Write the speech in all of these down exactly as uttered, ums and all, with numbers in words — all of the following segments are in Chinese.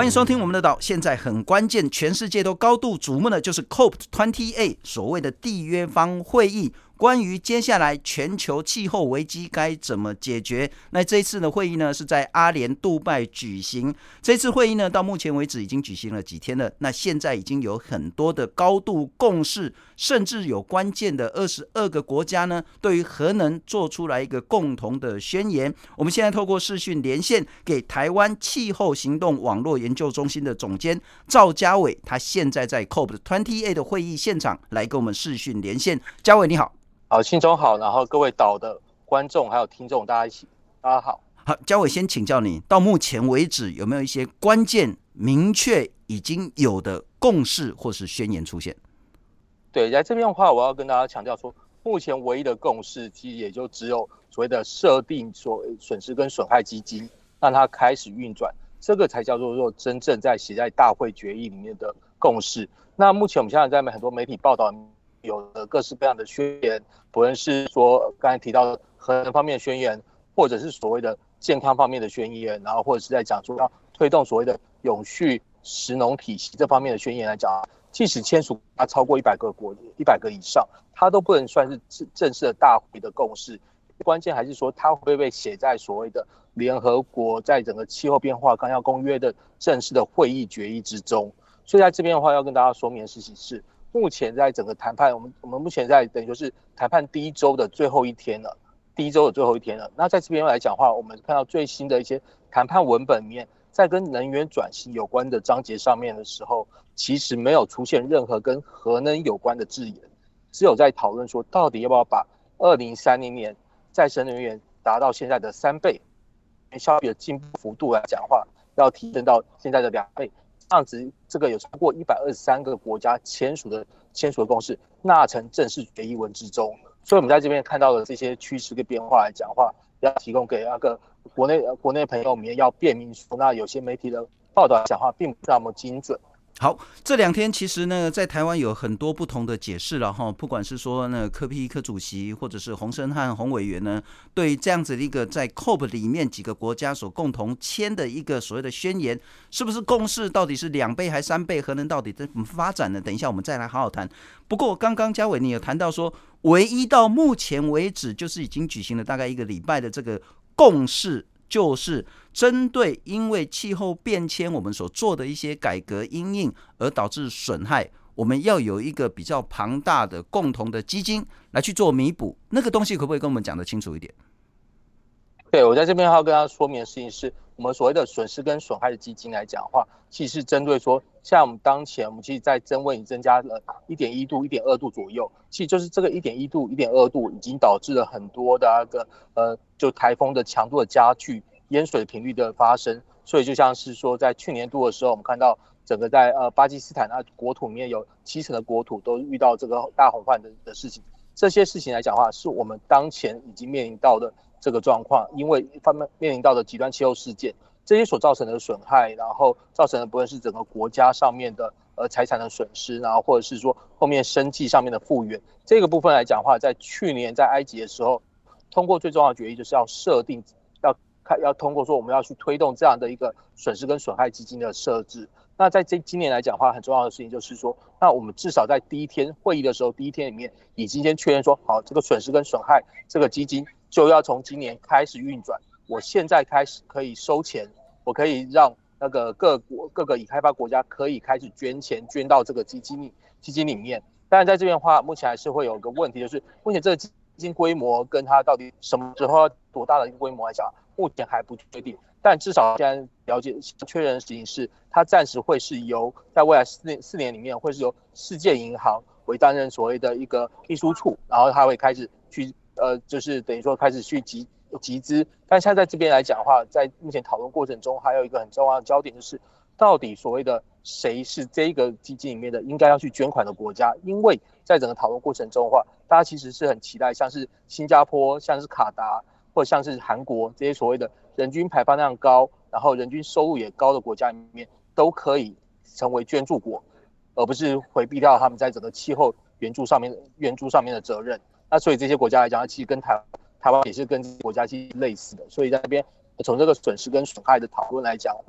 欢迎收听我们的岛。现在很关键，全世界都高度瞩目的就是 C O P 二十八 所谓的缔约方会议，关于接下来全球气候危机该怎么解决。那这一次的会议呢，是在阿联杜拜举行。这次会议呢，到目前为止已经举行了几天了。那现在已经有很多的高度共识，甚至有关键的二十二个国家呢，对于核能做出来一个共同的宣言。我们现在透过视讯连线给台湾气候行动网络研究中心的总监赵家伟，他现在在 C O P 二十八 的会议现场来跟我们视讯连线。家伟你好。 好，信中好，然后各位岛的观众还有听众，大家一起，大家好。 好，家伟先请教你，到目前为止有没有一些关键、明确已经有的共识或是宣言出现？ 对，在这边的话，我要跟大家强调说，目前唯一的共识，其实也就只有所谓的设定所损失跟损害基金，让它开始运转，这个才叫做说真正在写在大会决议里面的共识。那目前我们现在在很多媒体报道有的各式各样的宣言，不论是说刚才提到的核能方面的宣言，或者是所谓的健康方面的宣言，然后或者是在讲说要推动所谓的永续食农体系这方面的宣言来讲，即使签署它超过一百个国一百个以上，它都不能算是正式的大会的共识。关键还是说它会不会被写在所谓的联合国在整个气候变化纲要公约的正式的会议决议之中。所以在这边的话，要跟大家说明的事情是，目前在整个谈判，我们我们目前在等于就是谈判第一周的最后一天了，第一周的最后一天了。那在这边来讲的话，我们看到最新的一些谈判文本里面，在跟能源转型有关的章节上面的时候，其实没有出现任何跟核能有关的字眼，只有在讨论说到底要不要把二零三零年再生能源达到现在的三倍，消费的进步幅度来讲的话，要提升到现在的两倍。这样子，这个有超过一百二十三个国家签署的签署的共识纳成正式决议文之中，所以我们在这边看到的这些趋势跟变化来讲的话，要提供给那个国内国内朋友们要便民说，那有些媒体的报道来讲的话，并不那么精准。 好，这两天其实呢，在台湾有很多不同的解释了哈，不管是说呢，柯 P 柯主席或者是洪申翰洪委员呢，对这样子的一个在 C O P 里面几个国家所共同签的一个所谓的宣言，是不是共识到底是两倍还是三倍，核能到底怎么发展呢？等一下我们再来好好谈。不过刚刚家伟你有谈到说，唯一到目前为止就是已经举行了大概一个礼拜的这个共识，就是针对因为气候变迁我们所做的一些改革因应而导致损害，我们要有一个比较庞大的共同的基金来去做弥补。那个东西可不可以跟我们讲得清楚一点？ 对，我在这边要跟大家说明的事情是，我们所谓的损失跟损害的基金来讲的话，其实是针对说，像我们当前我们其实在增温已增加了 一点一度、一点二度左右，其实就是这个 一点一度、一点二度已经导致了很多的那个呃，就台风的强度的加剧，淹水频率的发生。所以就像是说，在去年度的时候，我们看到整个在呃巴基斯坦啊国土里面有七成的国土都遇到这个大洪患的的事情。这些事情来讲的话，是我们当前已经面临到的这个状况，因为面临到的极端气候事件，这些所造成的损害，然后造成的不论是整个国家上面的呃财产的损失，然后或者是说后面生计上面的复原，这个部分来讲的话，在去年在埃及的时候，通过最重要的决议就是要设定，要要通过说我们要去推动这样的一个损失跟损害基金的设置。那在这今年来讲的话，很重要的事情就是说，那我们至少在第一天会议的时候，第一天里面已经先确认说，好，这个损失跟损害这个基金就要从今年开始运转。我现在开始可以收钱，我可以让那个各国各个已开发国家可以开始捐钱捐到这个基金里基金里面。当然，在这边的话，目前还是会有一个问题，就是目前这个基金规模跟它到底什么时候要多大的一个规模来讲，目前还不确定。但至少现在了解确认的事情是，它暂时会是由在未来四年四年里面会是由世界银行为担任所谓的一个秘书处，然后它会开始去呃，就是等于说开始去集集资。但现在在这边来讲的话，在目前讨论过程中，还有一个很重要的焦点就是，到底所谓的谁是这个基金里面的应该要去捐款的国家？因为在整个讨论过程中的话，大家其实是很期待，像是新加坡、像是卡达，或者像是韩国这些所谓的人均排放量高，然后人均收入也高的国家里面，都可以成为捐助国，而不是回避掉他们在整个气候援助上面援助上面的责任。那所以这些国家来讲，其实跟台台湾也是跟这些国家其实类似的。所以在那边从这个损失跟损害的讨论来讲的话，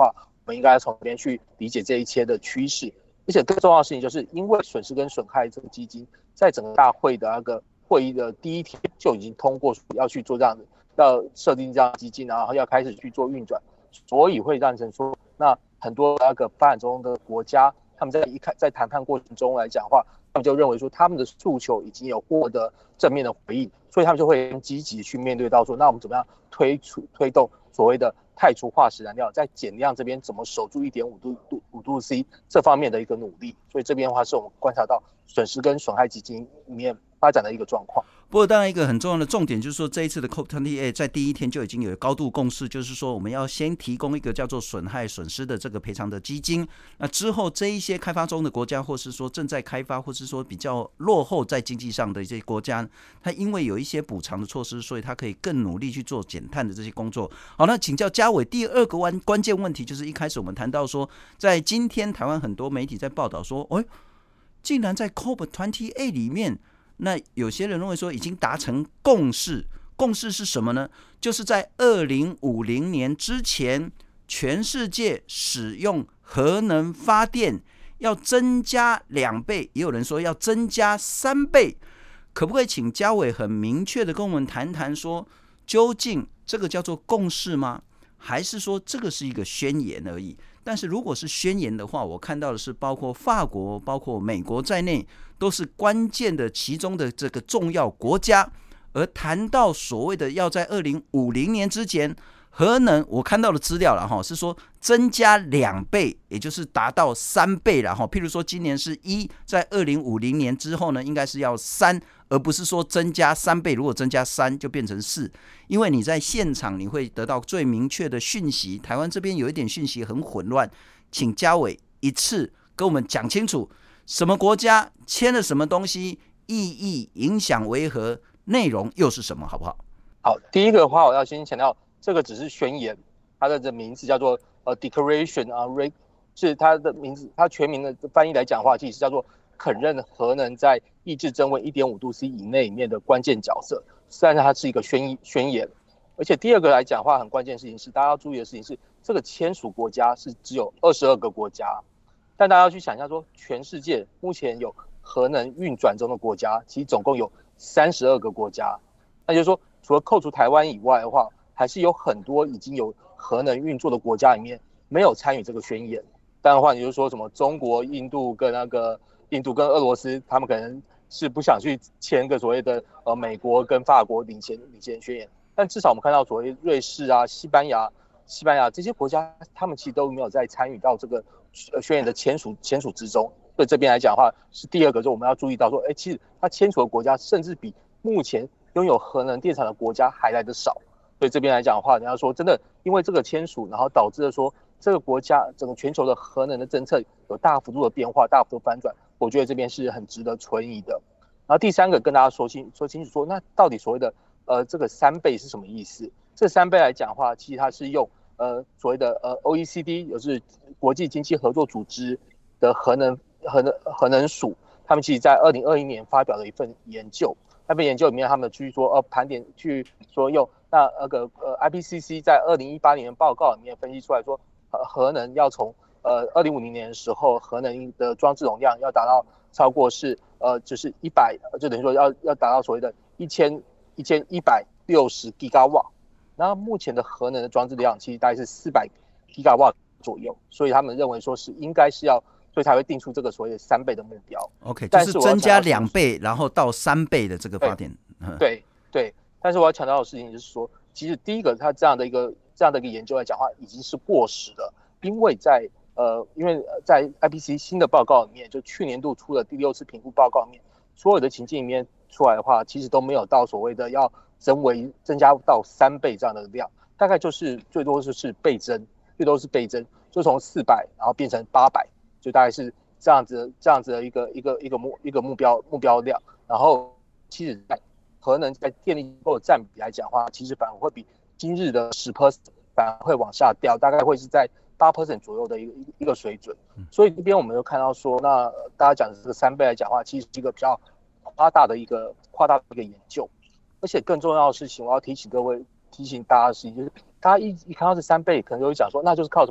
们应该从这边去理解这一切的趋势。而且更重要的事情，就是因为损失跟损害这个基金，在整个大会的那个会议的第一天就已经通过要去做这样的，要设定这样的基金，然后要开始去做运转，所以会让成说，那很多那个发展中的国家，他们在一看在谈判过程中来讲的话，他们就认为说他们的诉求已经有获得正面的回应，所以他们就会很积极去面对到说，那我们怎么样推出推动所谓的汰除化石燃料，在减量这边怎么守住一点五度五度 C 这方面的一个努力。所以这边的话是我们观察到损失跟损害基金里面发展的一个状况。 不过当然一个很重要的重点就是说，这一次的 C O P 二十八 在第一天就已经有高度共识，就是说我们要先提供一个叫做损害损失的这个赔偿的基金。那之后这一些开发中的国家，或是说正在开发，或是说比较落后在经济上的一些国家，它因为有一些补偿的措施，所以它可以更努力去做减碳的这些工作。好，那请教嘉伟，第二个关键问题就是一开始我们谈到说，在今天台湾很多媒体在报道说，哎，竟然在 C O P 二十八 里面，那有些人认为说已经达成共识，共识是什么呢？就是在二零五零年之前，全世界使用核能发电要增加两倍，也有人说要增加三倍。可不可以请嘉伟很明确的跟我们谈谈说，究竟这个叫做共识吗？还是说这个是一个宣言而已？但是如果是宣言的话，我看到的是包括法国、包括美国在内，都是关键的其中的这个重要国家。而谈到所谓的要在二零五零年之前，核能我看到的资料了哈，是说增加两倍，也就是达到三倍了哈。譬如说今年是一，在二零五零年之后呢，应该是要三，而不是说增加三倍。如果增加三，就变成四。因为你在现场你会得到最明确的讯息。台湾这边有一点讯息很混乱，请嘉伟一次跟我们讲清楚，什么国家签了什么东西，意义影响为何，内容又是什么，好不好？ 好，第一个的话，我要先强调，这个只是宣言，它的名字叫做呃 Declaration 啊 ，Re 是它的名字，它全名的翻译来讲的话，其实叫做肯认核能在抑制增温 一点五度 C 以内里面的关键角色。虽然它是一个宣宣言，而且第二个来讲的话，很关键的事情是，大家要注意的事情是，这个签署国家是只有二十二个国家，但大家要去想一下说，全世界目前有核能运转中的国家，其实总共有三十二个国家，那就是说，除了扣除台湾以外的话，还是有很多已经有核能运作的国家里面没有参与这个宣言。当然的话，你就说什么中国、印度跟那个印度跟俄罗斯，他们可能是不想去签个所谓的呃美国跟法国领衔领衔宣言，但至少我们看到所谓瑞士啊、西班牙、西班牙这些国家，他们其实都没有在参与到这个宣言的签署签署之中。对这边来讲的话，是第二个，就我们要注意到说，哎，其实它签署的国家甚至比目前拥有核能电厂的国家还来得少。所以这边来讲的话，你要说真的，因为这个签署，然后导致了说这个国家整个全球的核能的政策有大幅度的变化、大幅度翻转，我觉得这边是很值得存疑的。然后第三个跟大家说清说清楚说，那到底所谓的呃这个三倍是什么意思？这三倍来讲的话，其实它是用呃所谓的呃 O E C D， 也就是国际经济合作组织的核能核能核能署，他们其实在二零二一年发表了一份研究。那份研究里面，他们去说呃盘点去说用那那个呃 I P C C 在二零一八年报告里面分析出来说，呃核能要从呃二零五零年的时候，核能的装置容量要达到超过是呃就是一百，就等于说要要达到所谓的一千一千一百六十 gigawatt。那目前的核能的装置量其实大概是四百 gigawatt 左右，所以他们认为说是应该是要。所以才会定出这个所谓的三倍的目标。 OK， 就是增加两倍，然后到三倍的这个发电。 对 对, 对，但是我要强调的事情就是说，其实第一个，它这样的一个这样的一个研究来讲的话，已经是过时了，因为在呃，因为在 I P C C 新的报告里面，就去年度出的第六次评估报告里面，所有的情境里面出来的话，其实都没有到所谓的要增为增加到三倍这样的量，大概就是最多就是倍增，最多是倍增，就从四百然后变成八百。就大概是这样子，这样子的一个一个一个目一个目标目标量。然后，其实在核能在电力结构的占比来讲的话，其实反而会比今日的十 percent 反而会往下掉，大概会是在八 percent 左右的一个一个水准。所以这边我们就看到说，那大家讲的这个三倍来讲的话，其实是一个比较夸大的一个夸大的一个研究。而且更重要的事情，我要提醒各位，提醒大家的事情就是，大家一一看到这三倍，可能就会讲说，那就是靠什么？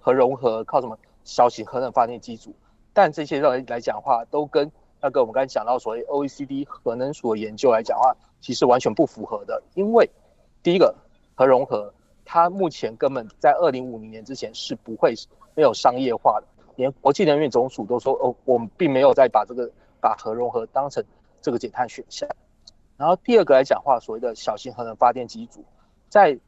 核融合，靠什么小型核能发电机组，但这些来来讲的话，都跟那个我们刚才讲到所谓 O E C D 核能署的研究来讲的话，其实完全不符合的。因为第一个核融合，它目前根本在二零五零年之前是不会没有商业化的，连国际能源总署都说，哦，我们并没有再把这个把核融合当成这个减碳选项。然后第二个来讲话，所谓的小型核能发电机组，在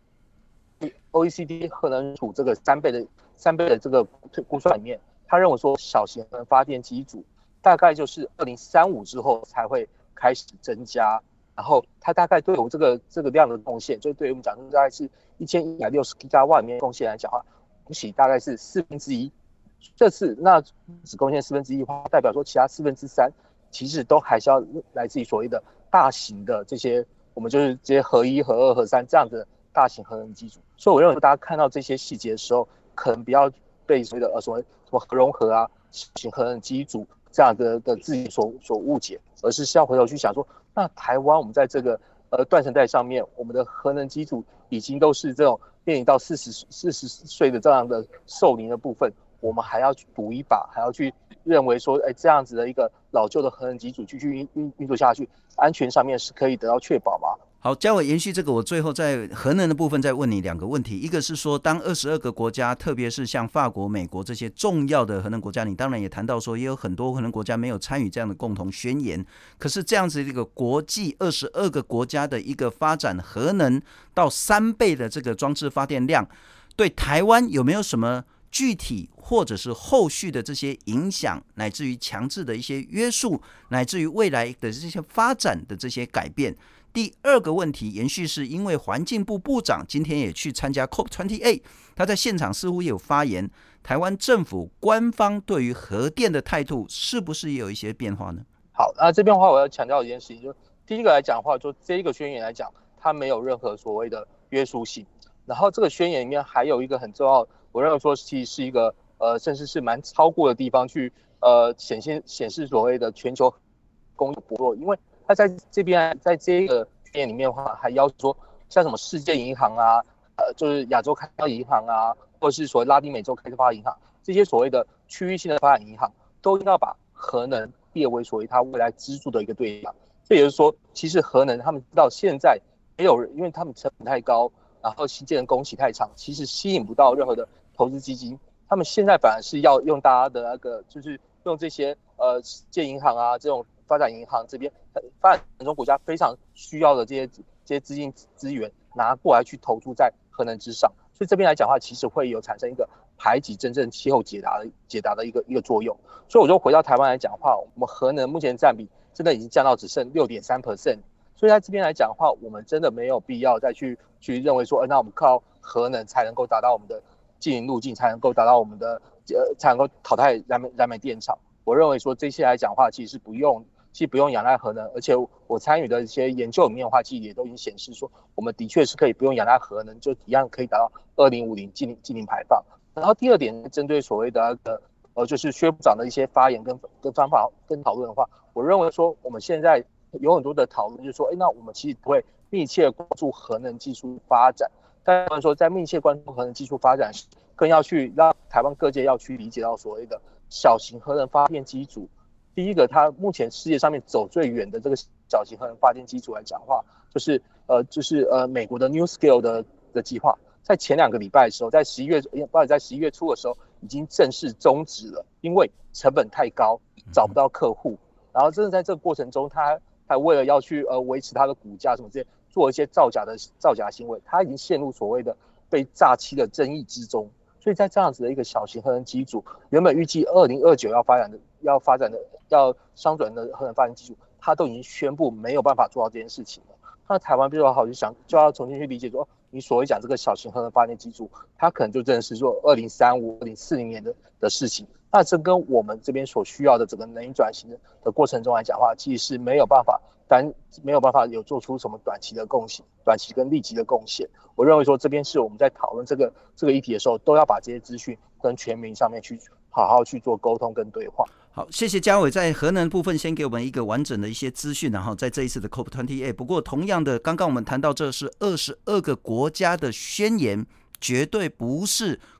O E C D 核能署这个三倍的三倍的这个估算里面，他认为说小型核能发电机组大概就是二零三五之后才会开始增加，然后它大概对我这个这个量的贡献，就对于我们讲大概是一千一百六十吉瓦里面贡献来讲的话，恭喜大概是四分之一。这次那只贡献四分之一的话，代表说其他四分之三其实都还是要来自于所谓的大型的这些，我们就是这些核一、核二、核三这样的大型核能机组。所以我认为大家看到这些细节的时候，可能不要被所谓的呃所谓什么核融合啊、小型核能机组这样的的字眼所所误解，而是要回头去想说，那台湾我们在这个呃断层带上面，我们的核能机组已经都是这种面临到四十四十岁的这样的寿龄的部分，我们还要去赌一把，还要去认为说，哎，这样子的一个老旧的核能机组继续运运运作下去，安全上面是可以得到确保吗？ 好，嘉伟，延续这个，我最后在核能的部分再问你两个问题。一个是说，当二十二个国家，特别是像法国、美国这些重要的核能国家，你当然也谈到说，也有很多核能国家没有参与这样的共同宣言。可是这样子一个国际二十二个国家的一个发展核能到三倍的这个装置发电量，对台湾有没有什么具体或者是后续的这些影响，乃至于强制的一些约束，乃至于未来的这些发展的这些改变？第二个问题延续是因为环境部部长今天也去参加 C O P 二十八， 他在现场似乎也有发言，台湾政府官方对于核电的态度是不是也有一些变化呢？ 好，那这边的话我要强调一件事情，就第一个来讲的话，就这一个宣言来讲，它没有任何所谓的约束性。然后这个宣言里面还有一个很重要，我认为说其实是一个呃，甚至是蛮超过的地方去呃显现显示所谓的全球供应薄弱，因为他在这边在这个宣言里面的话，还要求说像什么世界银行啊，呃，就是亚洲开发银行啊，或者是所谓拉丁美洲开发银行这些所谓的区域性的发展银行，都应该把核能列为所谓它未来资助的一个对象。这也就是说，其实核能他们到现在没有人，因为他们成本太高，然后新建的工期太长，其实吸引不到任何的投资基金。他们现在反而是要用大家的那个，就是用这些呃世界银行啊这种发展银行这边发展中国家非常需要的这些这些资金资源拿过来去投注在核能之上，所以这边来讲的话，其实会有产生一个排挤真正气候解答的解答的一个一个作用。所以我就回到台湾来讲的话，我们核能目前占比真的已经降到只剩 百分之六点三， 所以在这边来讲的话，我们真的没有必要再去去认为说，呃，那我们靠核能才能够达到我们的净零路径，才能够达到我们的呃才能够淘汰燃煤燃煤电厂。我认为说这些来讲的话，其实是不用。其实不用仰赖核能，而且我参与的一些研究里面的话，其实也都已经显示说，我们的确是可以不用仰赖核能，就一样可以达到二零五零净零净零排放。然后第二点，针对所谓的那个呃，就是薛部长的一些发言跟跟方法跟讨论的话，我认为说我们现在有很多的讨论，就是说，哎，那我们其实不会密切关注核能技术发展，但是说在密切关注核能技术发展时，更要去让台湾各界要去理解到所谓的小型核能发电机组。第一个，它目前世界上面走最远的这个小型核能发电机组来讲的话，就是呃，就是呃，美国的 NuScale 的的计划，在前两个礼拜的时候，在十一月，不在十一月初的时候，已经正式终止了，因为成本太高，找不到客户。然后，真的在这个过程中，他还为了要去呃维持他的股价什么这些，做一些造假的造假行为，他已经陷入所谓的被诈欺的争议之中。所以在这样子的一个小型核能机组，原本预计二零二九要发展的、要发展的、要商转的核能发电机组，它都已经宣布没有办法做到这件事情了。那台湾必须要好去想，就要重新去理解说，你所谓讲这个小型核能发电机组，它可能就真的是说二零三五、二零四零年的的事情。那这跟我们这边所需要的整个能源转型的的过程中来讲的话，其实是没有办法单没有办法有做出什么短期的贡献、短期跟立即的贡献。我认为说这边是我们在讨论这个这个议题的时候，都要把这些资讯跟全民上面去好好去做沟通跟对话。 好，谢谢嘉伟在核能部分先给我们一个完整的一些资讯，然后在这一次的 C O P 二十八。不过同样的，刚刚我们谈到这是二十二个国家的宣言，绝对不是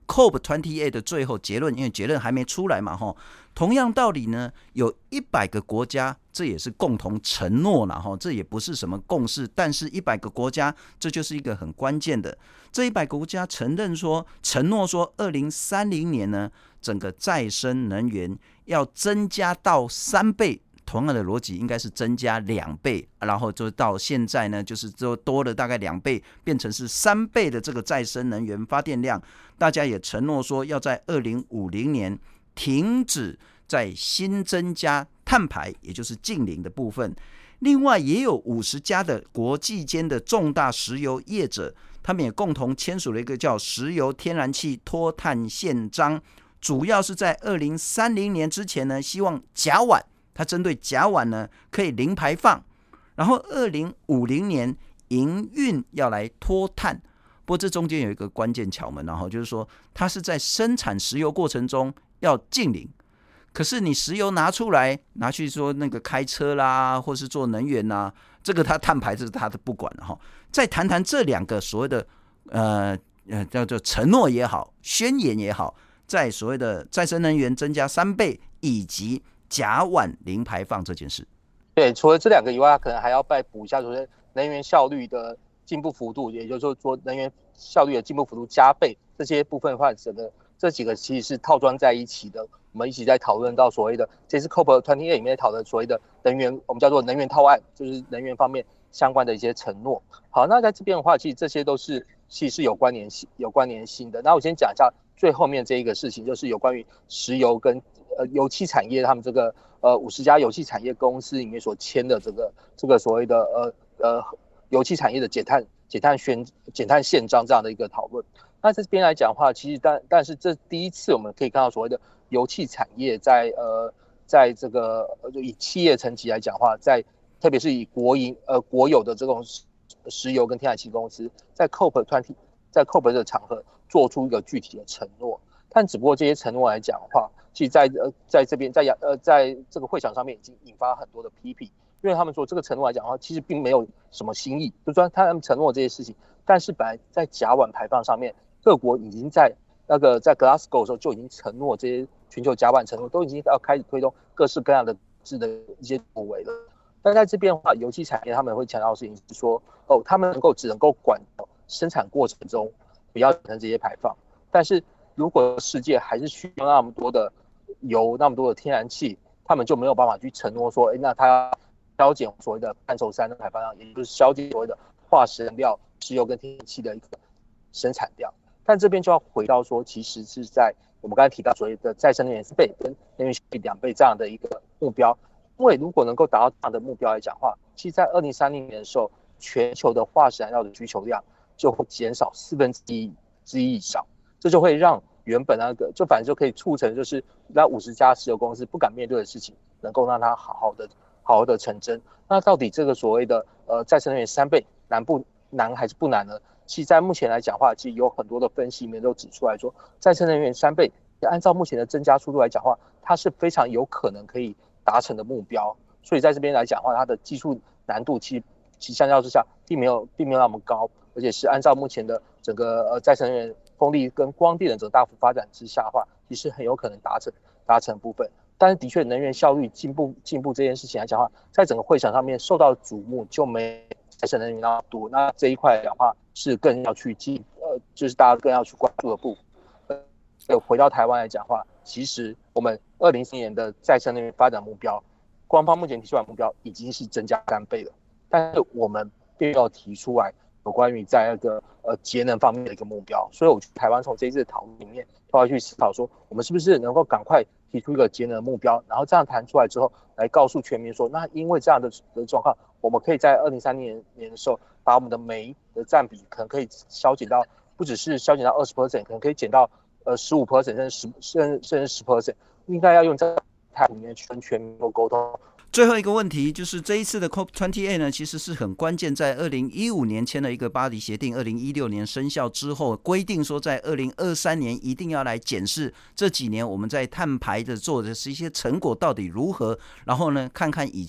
C O P 二十八 的最后结论，因为结论还没出来嘛，吼。同样道理呢，有一百个国家，这也是共同承诺了，吼，这也不是什么共识，但是一百个国家，这就是一个很关键的。这一百个国家承认说，承诺说，二零三零年呢，整个再生能源要增加到三倍。同样的逻辑应该是增加两倍，然后就到现在呢，就是就多了大概两倍，变成是三倍的这个再生能源发电量。大家也承诺说，要在二零五零年停止在新增加碳排，也就是净零的部分。另外，也有五十家的国际间的重大石油业者，他们也共同签署了一个叫《石油天然气脱碳宪章》，主要是在二零三零年之前呢，希望甲烷。它针对甲烷呢可以零排放，然后二零五零年营运要来脱碳。不过这中间有一个关键巧门，然后就是说它是在生产石油过程中要净零，可是你石油拿出来拿去说那个开车啦，或是做能源啦，这个它碳排这是它的不管了哈。再谈谈这两个所谓的呃呃叫做承诺也好，宣言也好，在所谓的再生能源增加三倍以及甲烷零排放这件事。 对，除了这两个以外，可能还要再补一下，就是能源效率的进步幅度，也就是说能源效率的进步幅度加倍，这些部分的话，整个这几个其实是套装在一起的。我们一起在讨论到所谓的，这次 C O P 二十八 里面讨论所谓的能源，我们叫做能源套案，就是能源方面相关的一些承诺。好，那在这边的话，其实这些都是其实是有关联性、有关联性的。那我先讲一下最后面这一个事情，就是有关于石油跟呃油气产业他们这个呃五十家油气产业公司里面所签的这个这个所谓的呃呃油气产业的减碳减碳宣减碳宪章这样的一个讨论。那在这边来讲的话，其实但但是这第一次我们可以看到所谓的油气产业在呃在这个以企业层级来讲的话，在特别是以国营呃国有的这种石油跟天然气公司，在 C O P 二十在 C O P 这个场合做出一个具体的承诺。但只不过这些承诺来讲的话，其实在呃在这边在呃在这个会场上面已经引发很多的批评，因为他们说这个承诺来讲的话，其实并没有什么新意，就说他们承诺这些事情，但是本来在甲烷排放上面，各国已经在那个在 Glasgow 的时候就已经承诺，这些全球甲烷承诺都已经要开始推动各式各样的制的一些作为了。但在这边的话，油气产业他们会强调的事情是说，哦，他们能够只能够管生产过程中不要产生这些排放，但是如果世界还是需要那么多的油、那么多的天然气，他们就没有办法去承诺说，哎，那他要削减所谓的碳臭三的排放量，也就是削减所谓的化石燃料、石油跟天然气的一个生产量。但这边就要回到说，其实是在我们刚才提到所谓的再生能源四倍跟能源效率两倍这样的一个目标。因为如果能够达到这样的目标来讲的话，其实在二零三零年的时候，全球的化石燃料的需求量就会减少四分之一之一以上。这就会让原本那个，就反正就可以促成，就是那五十家石油公司不敢面对的事情，能够让它好好的、好好的成真。那到底这个所谓的呃再生能源三倍难不难还是不难呢？其实，在目前来讲的话，其实有很多的分析里面都指出来说，再生能源三倍，按照目前的增加速度来讲的话，它是非常有可能可以达成的目标。所以在这边来讲的话，它的技术难度其实其实相较之下并没有并没有那么高，而且是按照目前的整个呃再生能源风力跟光电的这个大幅发展之下的话，其实很有可能达成达成部分。但是的确，能源效率进步进步这件事情来讲的话，在整个会场上面受到瞩目就没再生能源那么多。那这一块来讲的话，是更要去进呃，就是大家更要去关注的部分。呃，回到台湾来讲的话，其实我们二零四年的再生能源发展目标，官方目前提出来的目标已经是增加三倍了，但是我们并没有提出来有关于在那个呃节能方面的一个目标，所以我觉得台湾从这一次的讨论里面都要去思考说，我们是不是能够赶快提出一个节能目标，然后这样谈出来之后，来告诉全民说，那因为这样的的状况，我们可以在二零三零年的时候，把我们的煤的占比可能可以削减到，不只是削减到 百分之二十， 可能可以减到呃 百分之十五 甚至十甚至 十 percent， 应该要用在台里面去跟全民沟通。 最后一个问题就是这一次的 C O P 二十八 呢，其实是很关键，在二零一五年签了一个巴黎协定，二零一六年生效之后，规定说在二零二三年一定要来检视这几年我们在碳排的做的是一些成果到底如何，然后呢看看以前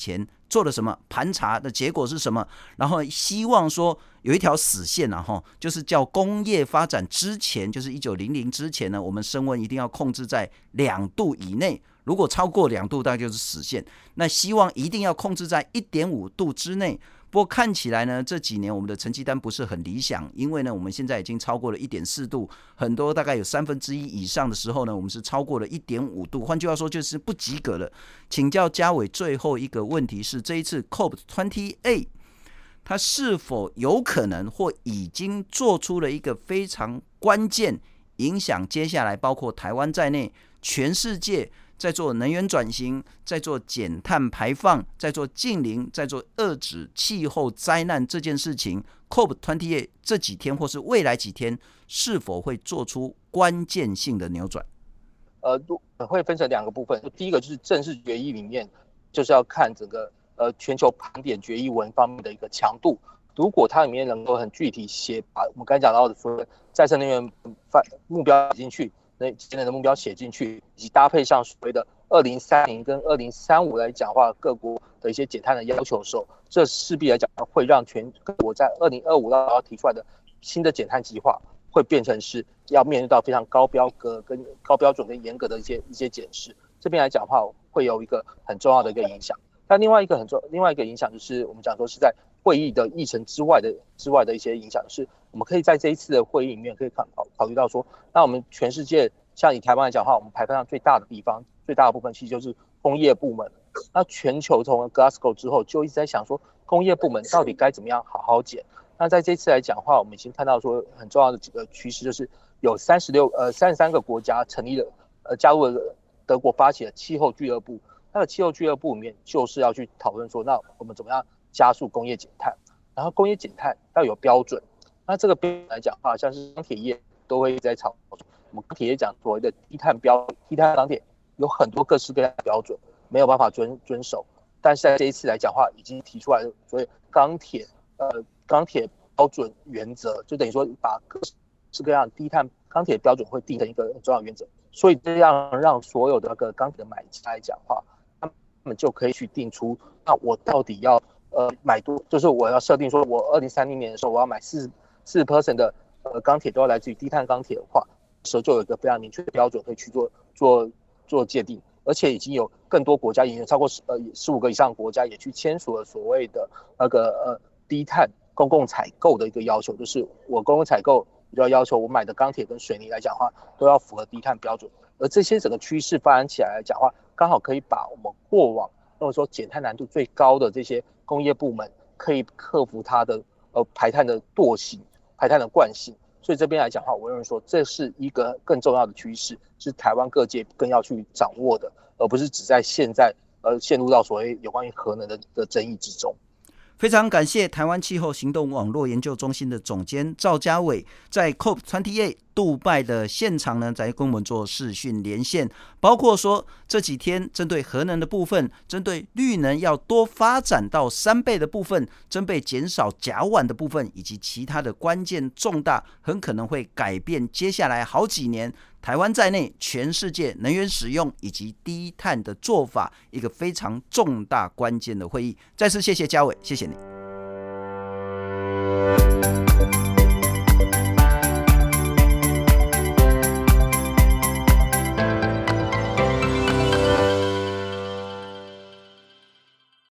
做了什么，盘查的结果是什么，然后希望说有一条死线啊，哈，就是叫工业发展之前，就是一九零零之前呢，我们升温一定要控制在两度以内，如果超过两度，大概就是死线。那希望一定要控制在一点五度之内。不过看起来呢，这几年我们的成绩单不是很理想，因为呢，我们现在已经超过了一点四度，很多大概有三分之一以上的时候呢，我们是超过了一点五度，换句话说就是不及格了。请教嘉伟，最后一个问题是，这一次 C O P 二十八，它是否有可能或已经做出了一个非常关键，影响接下来包括台湾在内，全世界在做能源转型，在做减碳排放，在做净零，在做遏制气候灾难这件事情 ，C O P 二十八 这几天或是未来几天，是否会做出关键性的扭转？ 呃，会分成两个部分。第一个就是正式决议里面，就是要看整个呃全球盘点决议文方面的一个强度。如果它里面能够很具体写，把我们刚才讲到的说再生能源目标写进去。那节能的目标写进去，以及搭配上所谓的二零三零跟二零三五来讲话，各国的一些减碳的要求的时候，这势必来讲会让全各国在二零二五要提出来的新的减碳计划，会变成是要面对到非常高标格跟高标准跟严格的一些一些检视。这边来讲的话，会有一个很重要的一个影响。但另外一个很重另外一个影响就是我们讲说是在会议的议程之外的之外的一些影响，是我们可以在这一次的会议里面可以考考虑到说，那我们全世界像以台湾来讲的话，我们排放量最大的地方最大的部分其实就是工业部门。那全球从 Glasgow 之后就一直在想说，工业部门到底该怎么样好好减。那在这次来讲的话，我们已经看到说很重要的几个趋势，就是有三十六呃三十三个国家成立了呃加入了德国发起的气候俱乐部。那个气候俱乐部里面就是要去讨论说，那我们怎么样加速工业减碳，然后工业减碳要有标准。那这个标准来讲的话，像是钢铁业都会在吵，我们钢铁业讲所谓的低碳标低碳钢铁有很多各式各样的标准，没有办法遵遵守。但是在这一次来讲的话，已经提出来了所谓钢铁呃钢铁标准原则，就等于说把各式各样的低碳钢铁标准会定成一个很重要的原则。所以这样让所有的那个钢铁的买家来讲的话，他们就可以去定出，那我到底要呃买多，就是我要设定说，我二零三零年的时候我要买四四 percent 的呃钢铁都要来自于低碳钢铁的话，时候就有一个非常明确的标准可以去做做做界定，而且已经有更多国家，已经超过十呃十五个以上的国家也去签署了所谓的那个呃低碳公共采购的一个要求，就是我公共采购就要要求我买的钢铁跟水泥来讲的话，都要符合低碳标准。而这些整个趋势发展起来来讲的话，刚好可以把我们过往那么说减碳难度最高的这些工业部门，可以克服它的呃排碳的惰性、排碳的惯性。所以这边来讲的话，我认为说这是一个更重要的趋势，是台湾各界更要去掌握的，而不是只在现在呃陷入到所谓有关于核能的的争议之中。 非常感谢台湾气候行动网络研究中心的总监赵家伟，在 C O P 二十八杜拜的现场呢，在跟我们做视讯连线，包括说这几天针对核能的部分，针对绿能要多发展到三倍的部分，针对减少甲烷的部分，以及其他的关键重大，很可能会改变接下来好几年台湾在内全世界能源使用以及低碳的做法，一个非常重大关键的会议。再次谢谢家伟，谢谢你。